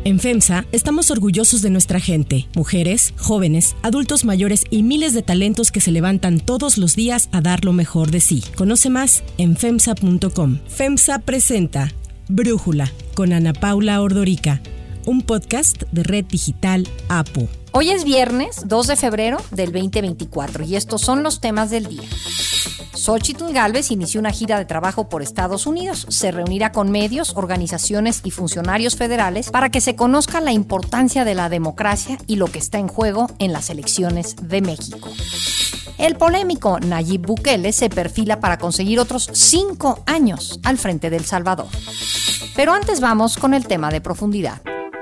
En FEMSA estamos orgullosos de nuestra gente, mujeres, jóvenes, adultos mayores y miles de talentos que se levantan todos los días a dar lo mejor de sí. Conoce más en FEMSA.com. FEMSA presenta Brújula con Ana Paula Ordorica, un podcast de Red Digital APO. Hoy es viernes 2 de febrero del 2024 y estos son los temas del día. Xóchitl Gálvez inició una gira de trabajo por Estados Unidos. Se reunirá con medios, organizaciones y funcionarios federales para que se conozca la importancia de la democracia y lo que está en juego en las elecciones de México. El polémico Nayib Bukele se perfila para conseguir otros 5 años al frente de El Salvador. Pero antes vamos con el tema de profundidad.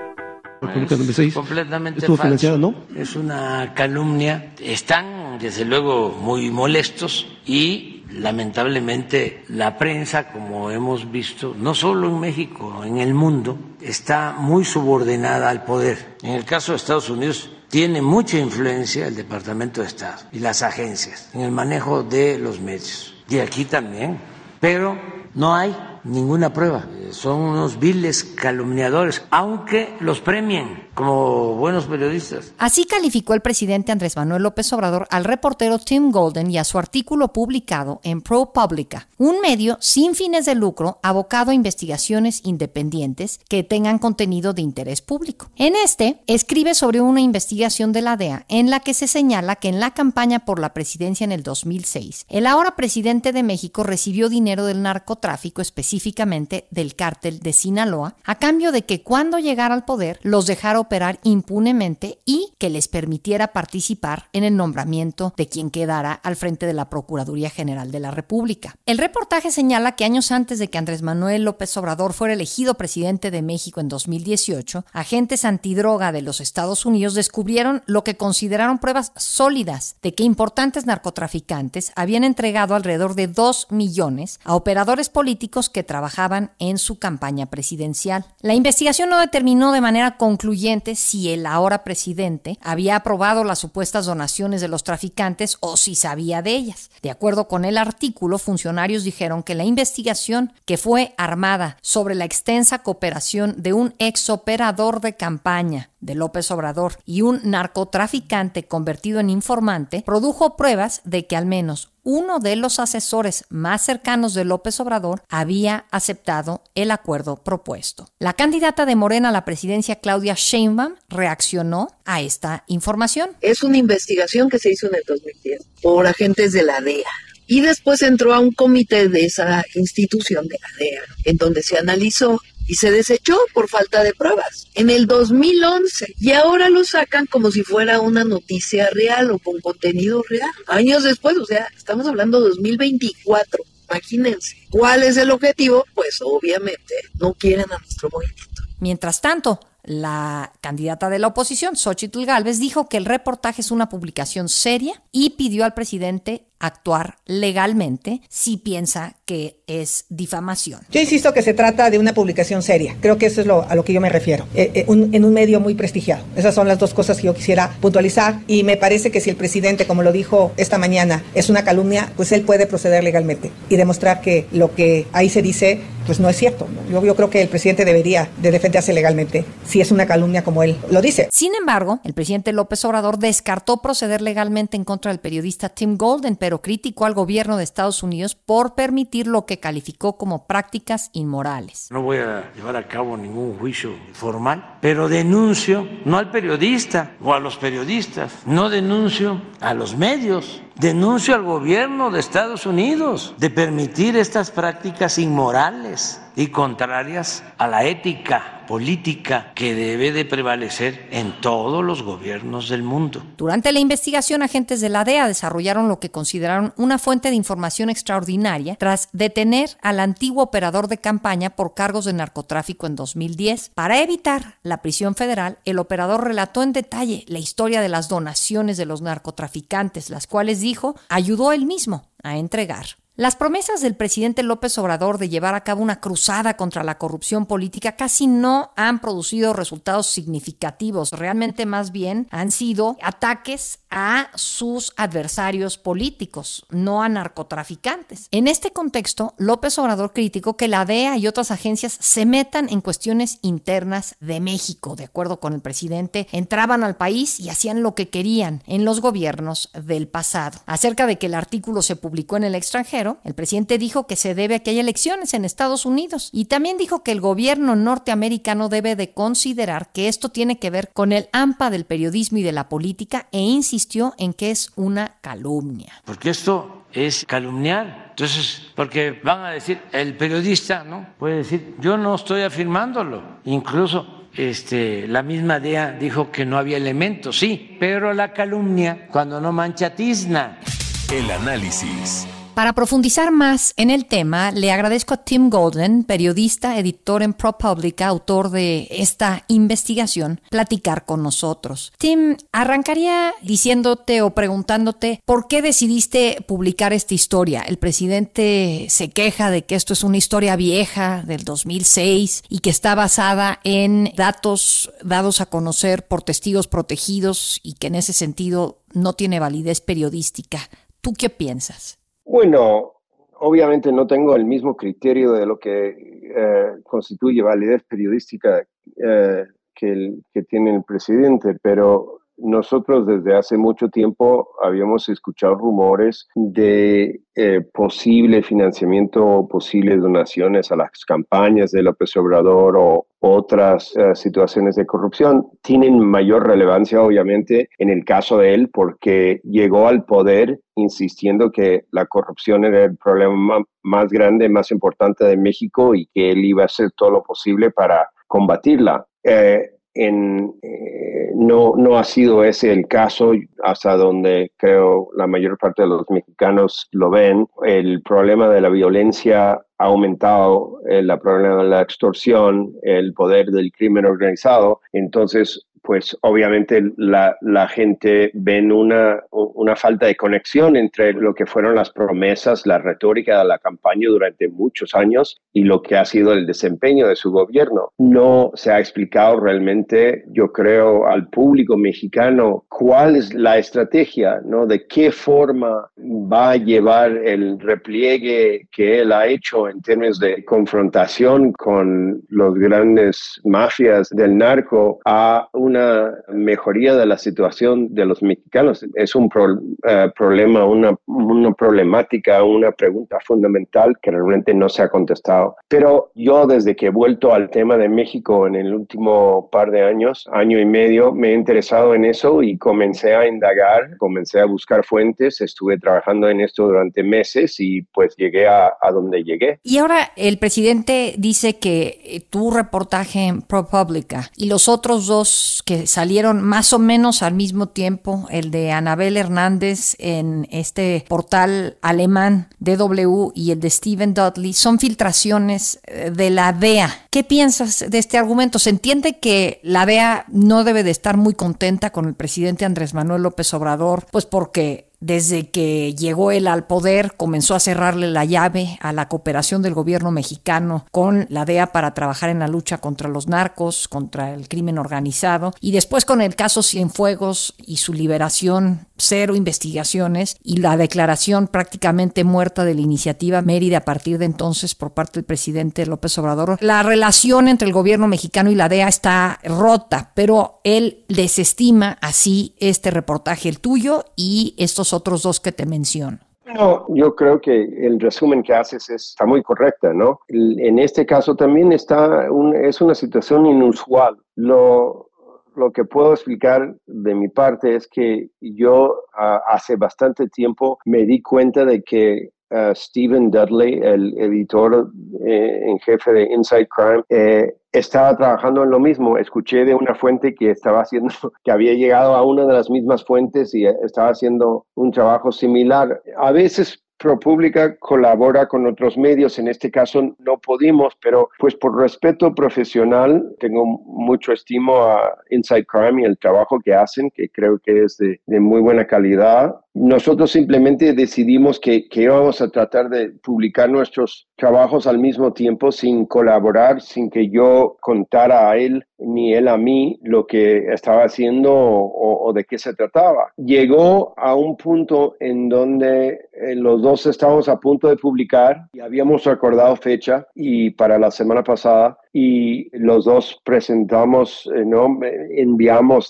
Es completamente falso, ¿no? Es una calumnia. Están, desde luego, muy molestos y, lamentablemente, la prensa, como hemos visto, no solo en México, en el mundo, está muy subordinada al poder. En el caso de Estados Unidos, tiene mucha influencia el Departamento de Estado y las agencias en el manejo de los medios. Y aquí también. Pero no hay ninguna prueba. Son unos viles calumniadores, aunque los premien como buenos periodistas. Así calificó el presidente Andrés Manuel López Obrador al reportero Tim Golden y a su artículo publicado en ProPublica, un medio sin fines de lucro abocado a investigaciones independientes que tengan contenido de interés público. En este, escribe sobre una investigación de la DEA en la que se señala que en la campaña por la presidencia en el 2006, el ahora presidente de México recibió dinero del narcotráfico, específicamente del cártel de Sinaloa, a cambio de que cuando llegara al poder los dejara operar impunemente y que les permitiera participar en el nombramiento de quien quedara al frente de la Procuraduría General de la República. El reportaje señala que años antes de que Andrés Manuel López Obrador fuera elegido presidente de México en 2018, agentes antidroga de los Estados Unidos descubrieron lo que consideraron pruebas sólidas de que importantes narcotraficantes habían entregado alrededor de 2 millones a operadores políticos que trabajaban en su campaña presidencial. La investigación no determinó de manera concluyente si el ahora presidente había aprobado las supuestas donaciones de los traficantes o si sabía de ellas. De acuerdo con el artículo, funcionarios dijeron que la investigación, que fue armada sobre la extensa cooperación de un exoperador de campaña de López Obrador y un narcotraficante convertido en informante, produjo pruebas de que al menos uno de los asesores más cercanos de López Obrador había aceptado el acuerdo propuesto. La candidata de Morena a la presidencia, Claudia Sheinbaum, reaccionó a esta información. Es una investigación que se hizo en el 2010 por agentes de la DEA. Y después entró a un comité de esa institución de la DEA, en donde se analizó y se desechó por falta de pruebas en el 2011 y ahora lo sacan como si fuera una noticia real o con contenido real. Años después, o sea, estamos hablando de 2024, imagínense. ¿Cuál es el objetivo? Pues obviamente no quieren a nuestro movimiento. Mientras tanto, la candidata de la oposición, Xóchitl Gálvez, dijo que el reportaje es una publicación seria y pidió al presidente actuar legalmente si piensa que es difamación. Yo insisto que se trata de una publicación seria. Creo que eso es a lo que yo me refiero. En un medio muy prestigiado. Esas son las dos cosas que yo quisiera puntualizar y me parece que si el presidente, como lo dijo esta mañana, es una calumnia, pues él puede proceder legalmente y demostrar que lo que ahí se dice pues no es cierto, ¿no? Yo creo que el presidente debería de defenderse legalmente si es una calumnia como él lo dice. Sin embargo, el presidente López Obrador descartó proceder legalmente en contra del periodista Tim Golden, pero criticó al gobierno de Estados Unidos por permitir lo que calificó como prácticas inmorales. No voy a llevar a cabo ningún juicio formal, pero denuncio no al periodista o a los periodistas, no denuncio a los medios, denuncio al gobierno de Estados Unidos de permitir estas prácticas inmorales y contrarias a la ética política que debe de prevalecer en todos los gobiernos del mundo. Durante la investigación, agentes de la DEA desarrollaron lo que consideraron una fuente de información extraordinaria tras detener al antiguo operador de campaña por cargos de narcotráfico en 2010. Para evitar la prisión federal, el operador relató en detalle la historia de las donaciones de los narcotraficantes, las cuales, dijo, ayudó él mismo a entregar. Las promesas del presidente López Obrador de llevar a cabo una cruzada contra la corrupción política casi no han producido resultados significativos. Realmente más bien han sido ataques a sus adversarios políticos, no a narcotraficantes. En este contexto, López Obrador criticó que la DEA y otras agencias se metan en cuestiones internas de México. De acuerdo con el presidente, entraban al país y hacían lo que querían en los gobiernos del pasado. Acerca de que el artículo se publicó en el extranjero, el presidente dijo que se debe a que haya elecciones en Estados Unidos y también dijo que el gobierno norteamericano debe de considerar que esto tiene que ver con el AMPA del periodismo y de la política e insistió en que es una calumnia. Porque esto es calumniar. Entonces, porque van a decir, el periodista, ¿no? Puede decir, yo no estoy afirmándolo. Incluso la misma DEA dijo que no había elementos, sí, pero la calumnia cuando no mancha tizna. El análisis. Para profundizar más en el tema, le agradezco a Tim Golden, periodista, editor en ProPublica, autor de esta investigación, platicar con nosotros. Tim, arrancaría diciéndote o preguntándote ¿por qué decidiste publicar esta historia? El presidente se queja de que esto es una historia vieja del 2006 y que está basada en datos dados a conocer por testigos protegidos y que en ese sentido no tiene validez periodística. ¿Tú qué piensas? Bueno, obviamente no tengo el mismo criterio de lo que constituye validez periodística que tiene el presidente, pero nosotros desde hace mucho tiempo habíamos escuchado rumores de posible financiamiento o posibles donaciones a las campañas de López Obrador o otras situaciones de corrupción. Tienen mayor relevancia, obviamente, en el caso de él, porque llegó al poder insistiendo que la corrupción era el problema más grande, más importante de México y que él iba a hacer todo lo posible para combatirla. No ha sido ese el caso hasta donde creo la mayor parte de los mexicanos lo ven. El problema de la violencia ha aumentado, el problema de la extorsión, el poder del crimen organizado. Entonces, pues obviamente la gente ven una falta de conexión entre lo que fueron las promesas, la retórica de la campaña durante muchos años y lo que ha sido el desempeño de su gobierno. No se ha explicado realmente, yo creo, al público mexicano cuál es la estrategia, ¿no? De qué forma va a llevar el repliegue que él ha hecho en términos de confrontación con los grandes mafias del narco a una mejoría de la situación de los mexicanos. Es un problema, una problemática, una pregunta fundamental que realmente no se ha contestado. Pero yo desde que he vuelto al tema de México en el último par de años, año y medio, me he interesado en eso y comencé a indagar, comencé a buscar fuentes, estuve trabajando en esto durante meses y pues llegué a donde llegué. Y ahora el presidente dice que tu reportaje en ProPublica y los otros dos que salieron más o menos al mismo tiempo, el de Anabel Hernández en este portal alemán DW y el de Stephen Dudley, son filtraciones de la DEA. ¿Qué piensas de este argumento? Se entiende que la DEA no debe de estar muy contenta con el presidente Andrés Manuel López Obrador, pues porque desde que llegó él al poder, comenzó a cerrarle la llave a la cooperación del gobierno mexicano con la DEA para trabajar en la lucha contra los narcos, contra el crimen organizado, y después con el caso Cienfuegos y su liberación, 0 investigaciones, y la declaración prácticamente muerta de la iniciativa Mérida a partir de entonces por parte del presidente López Obrador. La relación entre el gobierno mexicano y la DEA está rota, pero él desestima así este reportaje, el tuyo y estos otros dos que te menciono. No, yo creo que el resumen que haces está muy correcto, ¿no? En este caso también es una situación inusual. Lo que puedo explicar de mi parte es que yo hace bastante tiempo me di cuenta de que Stephen Dudley, el editor en jefe de Inside Crime, estaba trabajando en lo mismo. Escuché de una fuente que había llegado a una de las mismas fuentes y estaba haciendo un trabajo similar. A veces ProPublica colabora con otros medios, en este caso no pudimos, pero pues por respeto profesional tengo mucho estimo a Inside Crime y el trabajo que hacen, que creo que es de muy buena calidad. Nosotros simplemente decidimos que íbamos a tratar de publicar nuestros trabajos al mismo tiempo sin colaborar, sin que yo contara a él ni él a mí lo que estaba haciendo o de qué se trataba. Llegó a un punto en donde los dos estábamos a punto de publicar y habíamos acordado fecha y para la semana pasada y los dos presentamos, enviamos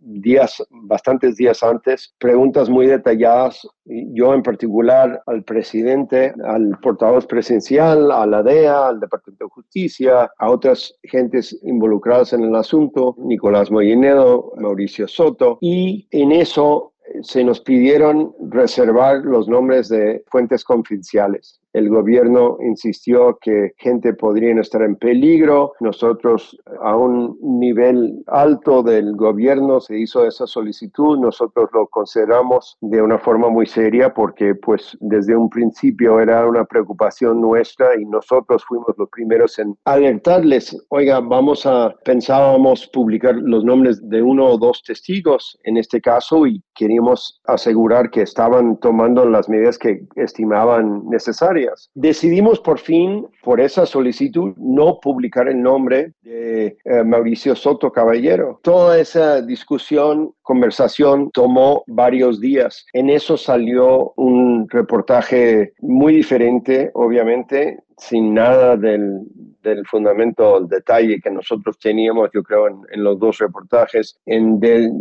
bastantes días antes preguntas muy detalladas, yo en particular al presidente, al portavoz presidencial, a la DEA, al Departamento de Justicia, a otras gentes involucradas en el asunto, Nicolás Mollinedo, Mauricio Soto, y en eso se nos pidieron reservar los nombres de fuentes confidenciales. El gobierno insistió que gente podría estar en peligro. Nosotros, a un nivel alto del gobierno, se hizo esa solicitud. Nosotros lo consideramos de una forma muy seria porque, pues, desde un principio era una preocupación nuestra y nosotros fuimos los primeros en alertarles. Oiga, pensábamos publicar los nombres de uno o dos testigos en este caso y queríamos asegurar que estaban tomando las medidas que estimaban necesarias. Decidimos por fin, por esa solicitud, no publicar el nombre de Mauricio Soto Caballero. Toda esa conversación tomó varios días. En eso salió un reportaje muy diferente, obviamente, sin nada del fundamento, el detalle que nosotros teníamos, yo creo, en los dos reportajes, en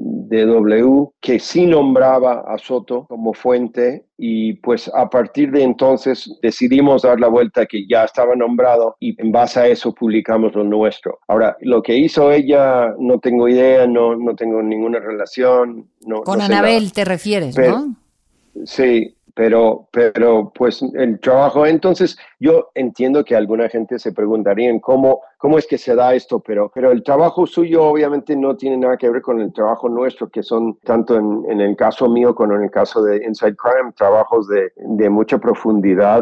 DW, que sí nombraba a Soto como fuente, y pues a partir de entonces decidimos dar la vuelta que ya estaba nombrado y en base a eso publicamos lo nuestro. Ahora, lo que hizo ella, no tengo idea, no tengo ninguna relación. Con Anabel te refieres, ¿no? Sí. Pero pues el trabajo, entonces yo entiendo que alguna gente se preguntaría cómo es que se da esto, pero el trabajo suyo obviamente no tiene nada que ver con el trabajo nuestro, que son tanto en el caso mío como en el caso de Inside Crime, trabajos de mucha profundidad,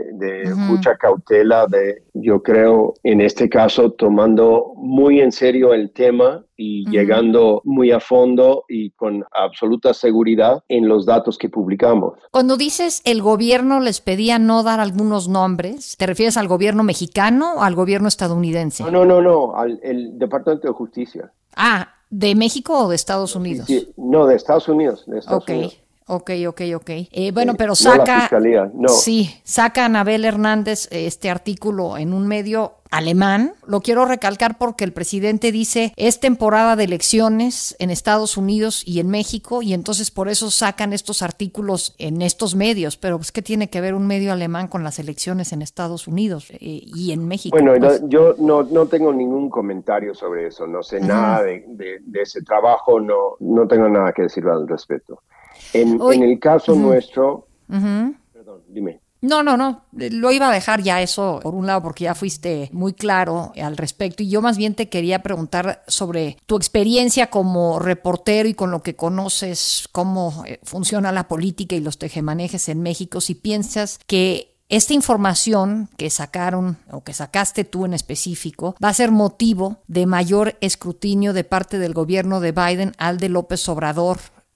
de mucha cautela, yo creo, en este caso, tomando muy en serio el tema y llegando muy a fondo y con absoluta seguridad en los datos que publicamos. Cuando dices el gobierno les pedía no dar algunos nombres, ¿te refieres al gobierno mexicano o al gobierno estadounidense? No, el Departamento de Justicia. Ah, ¿de México o de Estados Unidos? Sí, no, de Estados Unidos. Unidos. Ok. Bueno, pero no la fiscalía, no. Sí, saca Anabel Hernández este artículo en un medio alemán. Lo quiero recalcar porque el presidente dice es temporada de elecciones en Estados Unidos y en México y entonces por eso sacan estos artículos en estos medios. Pero pues, ¿qué tiene que ver un medio alemán con las elecciones en Estados Unidos y en México? Bueno, pues, yo no tengo ningún comentario sobre eso. No sé nada de ese trabajo. No tengo nada que decir al respecto. En el caso nuestro... Perdón, dime. No, lo iba a dejar ya eso por un lado porque ya fuiste muy claro al respecto y yo más bien te quería preguntar sobre tu experiencia como reportero y con lo que conoces cómo funciona la política y los tejemanejes en México, si piensas que esta información que sacaron o que sacaste tú en específico va a ser motivo de mayor escrutinio de parte del gobierno de Biden al de López Obrador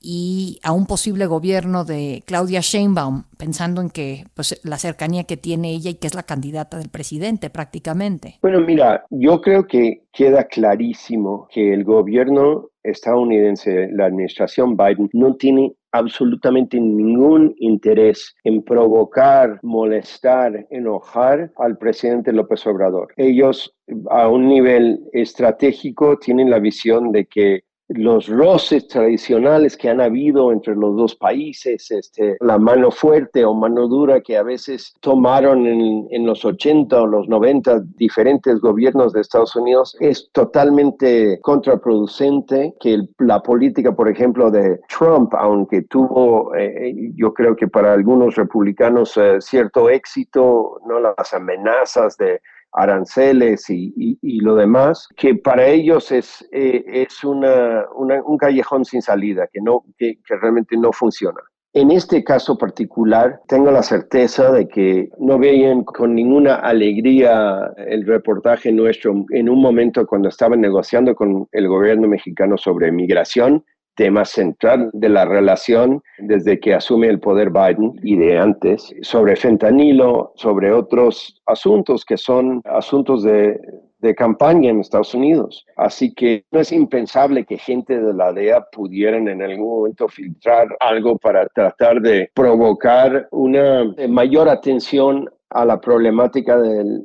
y a un posible gobierno de Claudia Sheinbaum, pensando en que pues la cercanía que tiene ella y que es la candidata del presidente prácticamente. Bueno, mira, yo creo que queda clarísimo que el gobierno estadounidense, la administración Biden, no tiene absolutamente ningún interés en provocar, molestar, enojar al presidente López Obrador. Ellos, a un nivel estratégico, tienen la visión de que los roces tradicionales que han habido entre los dos países, la mano fuerte o mano dura que a veces tomaron en los 80 o los 90 diferentes gobiernos de Estados Unidos, es totalmente contraproducente. Que la política, por ejemplo, de Trump, aunque tuvo, yo creo que para algunos republicanos cierto éxito, no las amenazas de aranceles y lo demás, que para ellos es un callejón sin salida, que realmente no funciona. En este caso particular, tengo la certeza de que no veían con ninguna alegría el reportaje nuestro en un momento cuando estaban negociando con el gobierno mexicano sobre migración, tema central de la relación desde que asume el poder Biden y de antes, sobre fentanilo, sobre otros asuntos que son asuntos de campaña en Estados Unidos. Así que no es impensable que gente de la DEA pudieran en algún momento filtrar algo para tratar de provocar una mayor atención a la problemática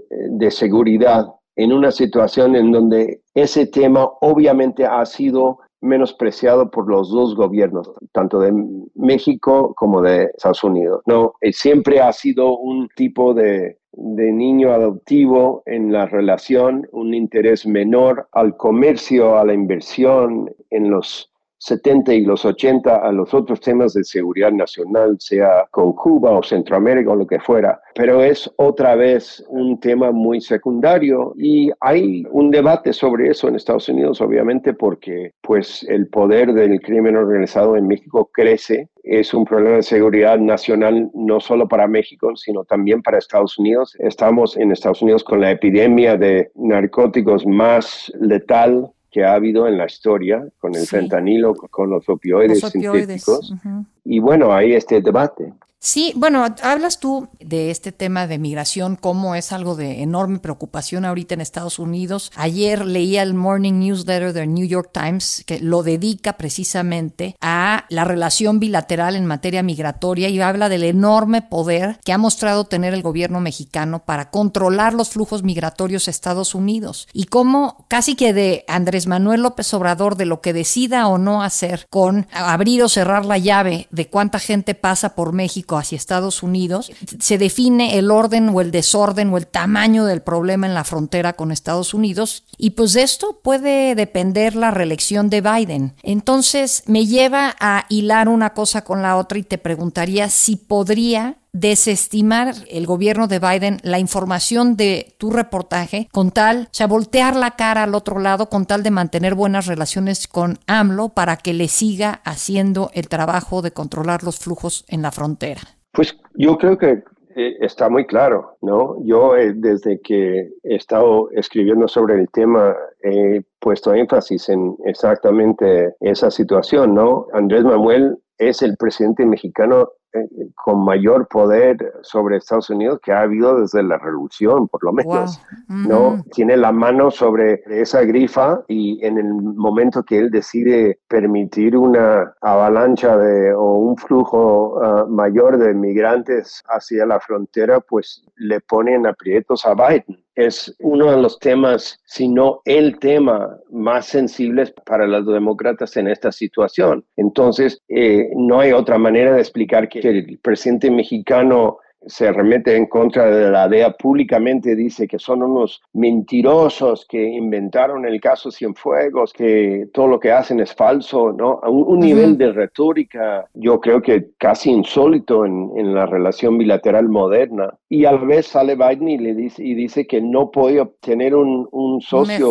de seguridad en una situación en donde ese tema obviamente ha sido menospreciado por los dos gobiernos, tanto de México como de Estados Unidos. No, siempre ha sido un tipo de niño adoptivo en la relación, un interés menor al comercio, a la inversión en los 70 y los 80 a los otros temas de seguridad nacional, sea con Cuba o Centroamérica o lo que fuera. Pero es otra vez un tema muy secundario y hay un debate sobre eso en Estados Unidos, obviamente, porque pues el poder del crimen organizado en México crece. Es un problema de seguridad nacional no solo para México, sino también para Estados Unidos. Estamos en Estados Unidos con la epidemia de narcóticos más letal que ha habido en la historia, con el fentanilo, con los opioides sintéticos. Uh-huh. Y bueno, hay este debate. Sí, bueno, hablas tú de este tema de migración, cómo es algo de enorme preocupación ahorita en Estados Unidos. Ayer leía el Morning Newsletter del New York Times, que lo dedica precisamente a la relación bilateral en materia migratoria y habla del enorme poder que ha mostrado tener el gobierno mexicano para controlar los flujos migratorios a Estados Unidos. Y cómo casi que de Andrés Manuel López Obrador, de lo que decida o no hacer con abrir o cerrar la llave de cuánta gente pasa por México hacia Estados Unidos, se define el orden o el desorden o el tamaño del problema en la frontera con Estados Unidos, y pues de esto puede depender la reelección de Biden. Entonces me lleva a hilar una cosa con la otra y te preguntaría si podría desestimar el gobierno de Biden la información de tu reportaje con tal, o sea, voltear la cara al otro lado con tal de mantener buenas relaciones con AMLO para que le siga haciendo el trabajo de controlar los flujos en la frontera. Pues yo creo que está muy claro, ¿no? Yo desde que he estado escribiendo sobre el tema he puesto énfasis en exactamente esa situación, ¿no? Andrés Manuel es el presidente mexicano con mayor poder sobre Estados Unidos que ha habido desde la revolución, por lo menos. Wow. ¿No? Tiene la mano sobre esa grifa y en el momento que él decide permitir una avalancha o un flujo mayor de migrantes hacia la frontera, pues le ponen aprietos a Biden. Es uno de los temas, si no el tema más sensible para los demócratas en esta situación. Entonces, no hay otra manera de explicar que el presidente mexicano se remete en contra de la DEA públicamente, dice que son unos mentirosos que inventaron el caso Cienfuegos, que todo lo que hacen es falso, ¿no? A un nivel de retórica, yo creo que casi insólito en la relación bilateral moderna. Y a la vez sale Biden y dice que no puede obtener un socio,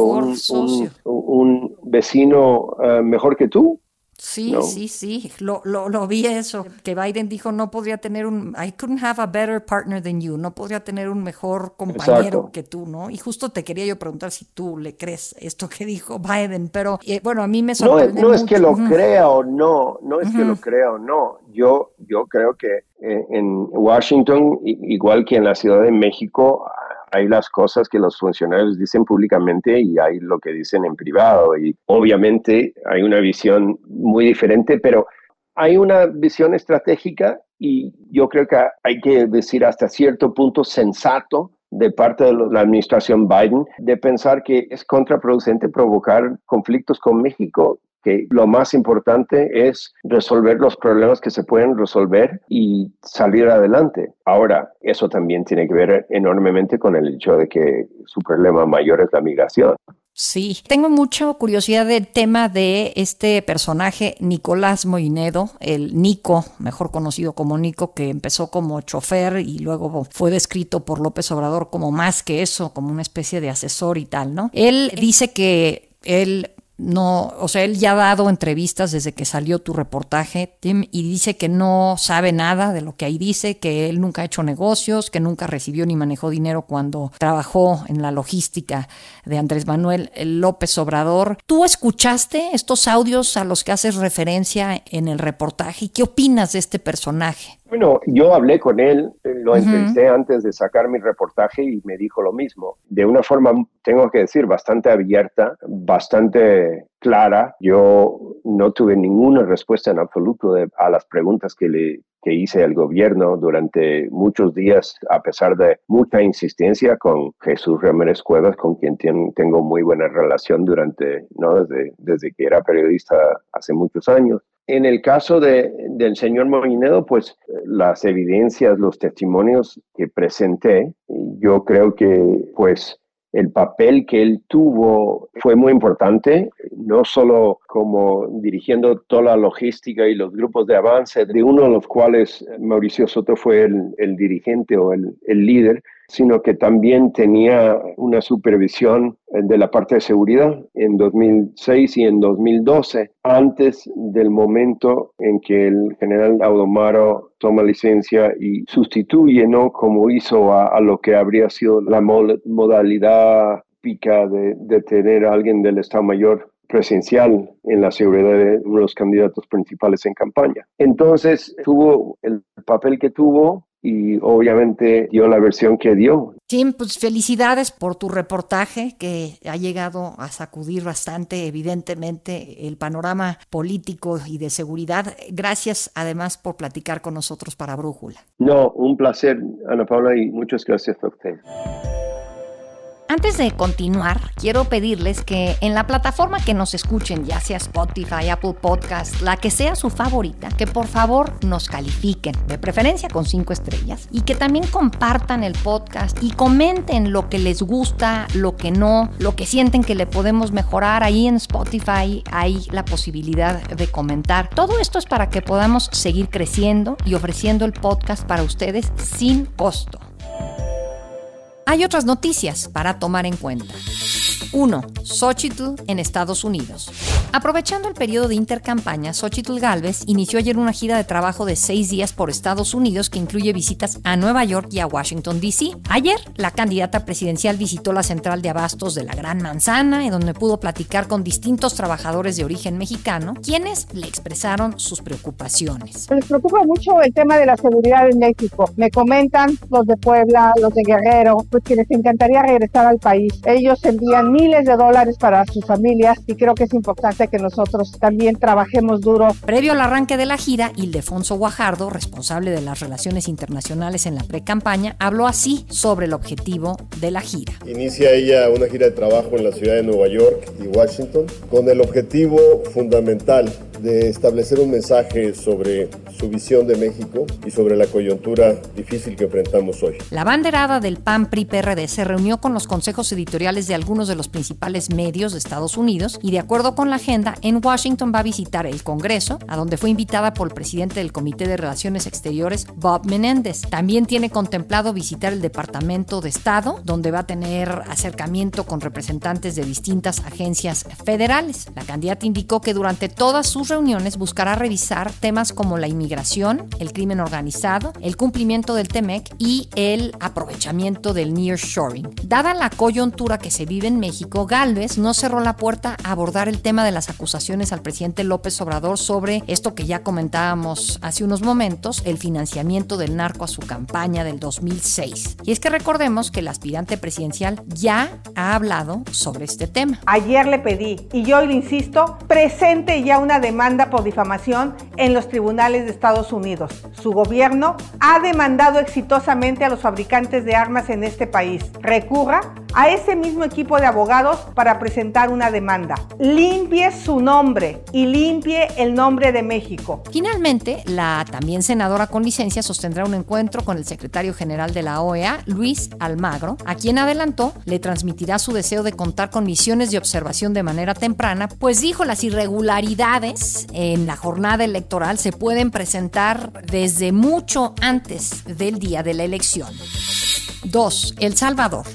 un vecino mejor que tú. Sí, ¿no? Sí, lo vi eso, que Biden dijo no podría tener I couldn't have a better partner than you, no podría tener un mejor compañero que tú, ¿no? Y justo te quería yo preguntar si tú le crees esto que dijo Biden, pero bueno, a mí me sorprende no es que lo crea o no, es que lo crea o no, yo creo que en Washington, igual que en la Ciudad de México, hay las cosas que los funcionarios dicen públicamente y hay lo que dicen en privado. Y obviamente hay una visión muy diferente, pero hay una visión estratégica y yo creo que hay que decir hasta cierto punto sensato de parte de la administración Biden de pensar que es contraproducente provocar conflictos con México, que lo más importante es resolver los problemas que se pueden resolver y salir adelante. Ahora, eso también tiene que ver enormemente con el hecho de que su problema mayor es la migración. Sí, tengo mucha curiosidad del tema de este personaje Nicolás Moinedo, el Nico, mejor conocido como Nico, que empezó como chofer y luego fue descrito por López Obrador como más que eso, como una especie de asesor y tal, ¿no? Él dice que él no, o sea, él ya ha ddo entrevistas desde que salió tu reportaje, Tim, y dice que no sabe nada de lo que ahí dice, que él nunca ha hecho negocios, que nunca recibió ni manejó dinero cuando trabajó en la logística de Andrés Manuel López Obrador. ¿Tú escuchaste estos audios a los que haces referencia en el reportaje y qué opinas de este personaje? Bueno, yo hablé con él, lo entrevisté antes de sacar mi reportaje y me dijo lo mismo. De una forma, tengo que decir, bastante abierta, bastante clara. Yo no tuve ninguna respuesta en absoluto a las preguntas que hice al gobierno durante muchos días, a pesar de mucha insistencia con Jesús Ramírez Cuevas, con quien tengo muy buena relación desde que era periodista hace muchos años. En el caso del señor Moinedo, pues las evidencias, los testimonios que presenté, yo creo que pues el papel que él tuvo fue muy importante, no solo como dirigiendo toda la logística y los grupos de avance, de uno de los cuales Mauricio Soto fue el dirigente o el líder, sino que también tenía una supervisión de la parte de seguridad en 2006 y en 2012, antes del momento en que el general Audomaro toma licencia y sustituye, ¿no?, como hizo a lo que habría sido la modalidad típica de tener a alguien del Estado Mayor presencial en la seguridad de uno de los candidatos principales en campaña. Entonces tuvo el papel que tuvo y obviamente dio la versión que dio. Tim, pues felicidades por tu reportaje que ha llegado a sacudir bastante, evidentemente, el panorama político y de seguridad. Gracias además por platicar con nosotros para Brújula. No, un placer, Ana Paula, y muchas gracias a usted. Antes de continuar, quiero pedirles que en la plataforma que nos escuchen, ya sea Spotify, Apple Podcast, la que sea su favorita, que por favor nos califiquen, de preferencia con 5 estrellas, y que también compartan el podcast y comenten lo que les gusta, lo que no, lo que sienten que le podemos mejorar. Ahí en Spotify hay la posibilidad de comentar. Todo esto es para que podamos seguir creciendo y ofreciendo el podcast para ustedes sin costo. Hay otras noticias para tomar en cuenta. 1. Xochitl en Estados Unidos. Aprovechando el periodo de intercampaña, Xochitl Gálvez inició ayer una gira de trabajo de 6 días por Estados Unidos que incluye visitas a Nueva York y a Washington, D.C. Ayer, la candidata presidencial visitó la central de abastos de la Gran Manzana, en donde pudo platicar con distintos trabajadores de origen mexicano, quienes le expresaron sus preocupaciones. Les preocupa mucho el tema de la seguridad en México. Me comentan los de Puebla, los de Guerrero, pues que les encantaría regresar al país. Ellos envían miles de dólares para sus familias y creo que es importante que nosotros también trabajemos duro. Previo al arranque de la gira, Ildefonso Guajardo, responsable de las relaciones internacionales en la pre-campaña, habló así sobre el objetivo de la gira. Inicia ella una gira de trabajo en la ciudad de Nueva York y Washington con el objetivo fundamental de establecer un mensaje sobre su visión de México y sobre la coyuntura difícil que enfrentamos hoy. La banderada del PAN-PRI-PRD se reunió con los consejos editoriales de algunos de los principales medios de Estados Unidos y, de acuerdo con la agenda, en Washington va a visitar el Congreso, a donde fue invitada por el presidente del Comité de Relaciones Exteriores, Bob Menéndez. También tiene contemplado visitar el Departamento de Estado, donde va a tener acercamiento con representantes de distintas agencias federales. La candidata indicó que durante todas sus reuniones buscará revisar temas como la inmigración, el crimen organizado, el cumplimiento del TEMEC y el aprovechamiento del nearshoring. Dada la coyuntura que se vive en México, Gálvez no cerró la puerta a abordar el tema de las acusaciones al presidente López Obrador sobre esto que ya comentábamos hace unos momentos, el financiamiento del narco a su campaña del 2006. Y es que recordemos que el aspirante presidencial ya ha hablado sobre este tema. Ayer le pedí, y yo le insisto, presente ya una demanda por difamación en los tribunales de Estados Unidos. Su gobierno ha demandado exitosamente a los fabricantes de armas en este país. Recurra a ese mismo equipo de abogados para presentar una demanda. Limpie su nombre y limpie el nombre de México. Finalmente, la también senadora con licencia sostendrá un encuentro con el secretario general de la OEA, Luis Almagro, a quien adelantó le transmitirá su deseo de contar con misiones de observación de manera temprana, pues dijo las irregularidades en la jornada electoral se pueden presentar desde mucho antes del día de la elección. 2. El Salvador.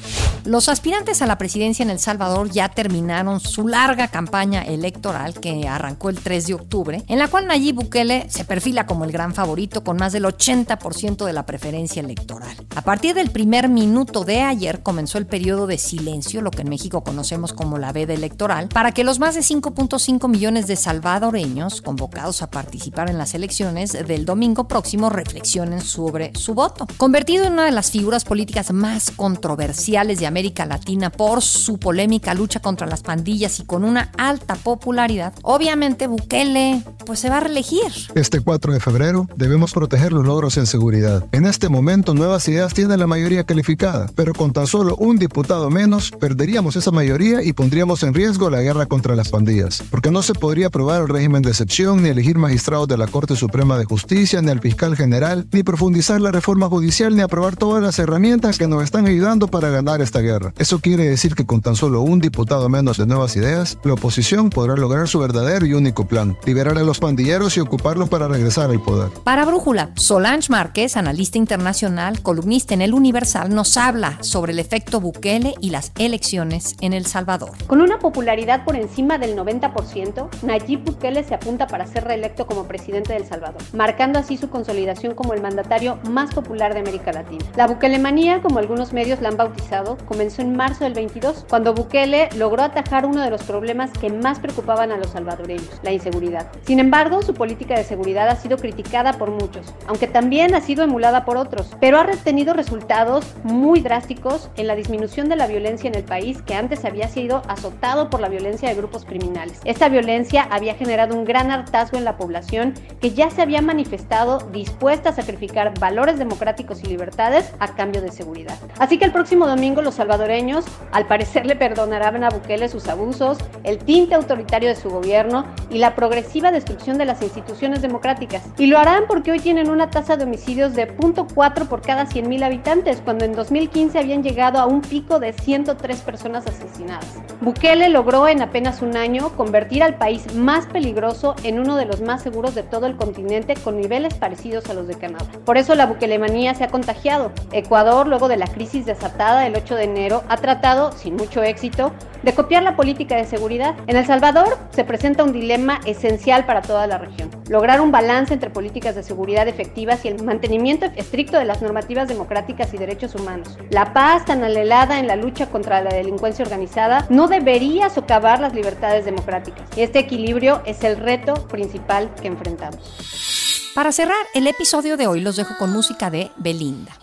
Los aspirantes a la presidencia en El Salvador ya terminaron su larga campaña electoral que arrancó el 3 de octubre, en la cual Nayib Bukele se perfila como el gran favorito con más del 80% de la preferencia electoral. A partir del primer minuto de ayer comenzó el periodo de silencio, lo que en México conocemos como la veda electoral, para que los más de 5.5 millones de salvadoreños convocados a participar en las elecciones del domingo próximo reflexionen sobre su voto. Convertido en una de las figuras políticas más controversiales de América Latina por su polémica lucha contra las pandillas y con una alta popularidad, obviamente Bukele se va a reelegir. Este 4 de febrero debemos proteger los logros en seguridad. En este momento Nuevas Ideas tiene la mayoría calificada, pero con tan solo un diputado menos perderíamos esa mayoría y pondríamos en riesgo la guerra contra las pandillas, porque no se podría aprobar el régimen de excepción, ni elegir magistrados de la Corte Suprema de Justicia, ni al fiscal general, ni profundizar la reforma judicial, ni aprobar todas las herramientas que nos están ayudando para ganar esta guerra. Eso quiere decir que con tan solo un diputado menos de Nuevas Ideas, la oposición podrá lograr su verdadero y único plan: liberar a los pandilleros y ocuparlos para regresar al poder. Para Brújula, Solange Márquez, analista internacional, columnista en El Universal, nos habla sobre el efecto Bukele y las elecciones en El Salvador. Con una popularidad por encima del 90%, Nayib Bukele se apunta para ser reelecto como presidente de El Salvador, marcando así su consolidación como el mandatario más popular de América Latina. La Bukelemanía, como algunos medios la han bautizado, comenzó en marzo del 22, cuando Bukele logró atajar uno de los problemas que más preocupaban a los salvadoreños, la inseguridad. Sin embargo, su política de seguridad ha sido criticada por muchos, aunque también ha sido emulada por otros, pero ha tenido resultados muy drásticos en la disminución de la violencia en el país, que antes había sido azotado por la violencia de grupos criminales. Esta violencia había generado un gran hartazgo en la población, que ya se había manifestado dispuesta a sacrificar valores democráticos y libertades a cambio de seguridad. Así que el próximo domingo los salvadoreños, al parecer, le perdonarán a Bukele sus abusos, el tinte autoritario de su gobierno y la progresiva destrucción de las instituciones democráticas. Y lo harán porque hoy tienen una tasa de homicidios de 0.4 por cada 100,000 habitantes, cuando en 2015 habían llegado a un pico de 103 personas asesinadas. Bukele logró en apenas un año convertir al país más peligroso en uno de los más seguros de todo el continente, con niveles parecidos a los de Canadá. Por eso la bukelemanía se ha contagiado. Ecuador, luego de la crisis desatada del 8 de enero, ha tratado, sin mucho éxito, de copiar la política de seguridad. En El Salvador se presenta un dilema esencial para toda la región: lograr un balance entre políticas de seguridad efectivas y el mantenimiento estricto de las normativas democráticas y derechos humanos. La paz, tan anhelada en la lucha contra la delincuencia organizada, no debería socavar las libertades democráticas. Y este equilibrio es el reto principal que enfrentamos. Para cerrar el episodio de hoy, los dejo con música de Belinda.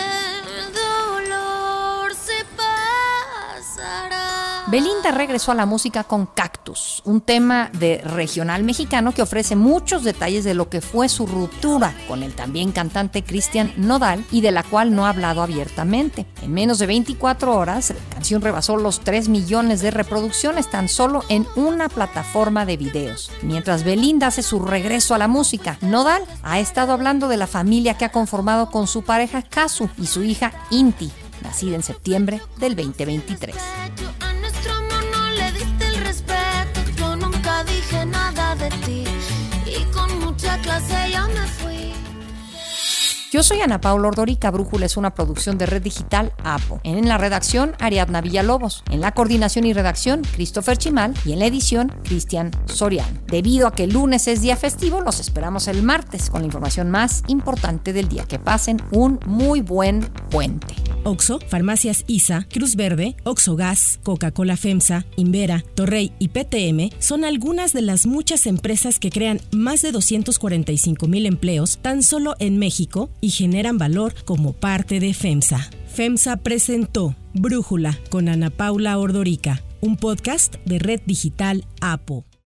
Belinda regresó a la música con Cactus, un tema de regional mexicano que ofrece muchos detalles de lo que fue su ruptura con el también cantante Cristian Nodal, y de la cual no ha hablado abiertamente. En menos de 24 horas, la canción rebasó los 3 millones de reproducciones tan solo en una plataforma de videos. Mientras Belinda hace su regreso a la música, Nodal ha estado hablando de la familia que ha conformado con su pareja Casu y su hija Inti, nacida en septiembre del 2023. Yo soy Ana Paula Ordorica. Brújula es una producción de Red Digital APO. En la redacción, Ariadna Villalobos. En la coordinación y redacción, Christopher Chimal. Y en la edición, Cristian Soriano. Debido a que el lunes es día festivo, los esperamos el martes con la información más importante del día. Que pasen un muy buen puente. Oxxo, Farmacias ISA, Cruz Verde, Oxxo Gas, Coca-Cola FEMSA, Invera, Torrey y PTM son algunas de las muchas empresas que crean más de 245,000 empleos tan solo en México y generan valor como parte de FEMSA. FEMSA presentó Brújula con Ana Paula Ordorica, un podcast de Red Digital APO.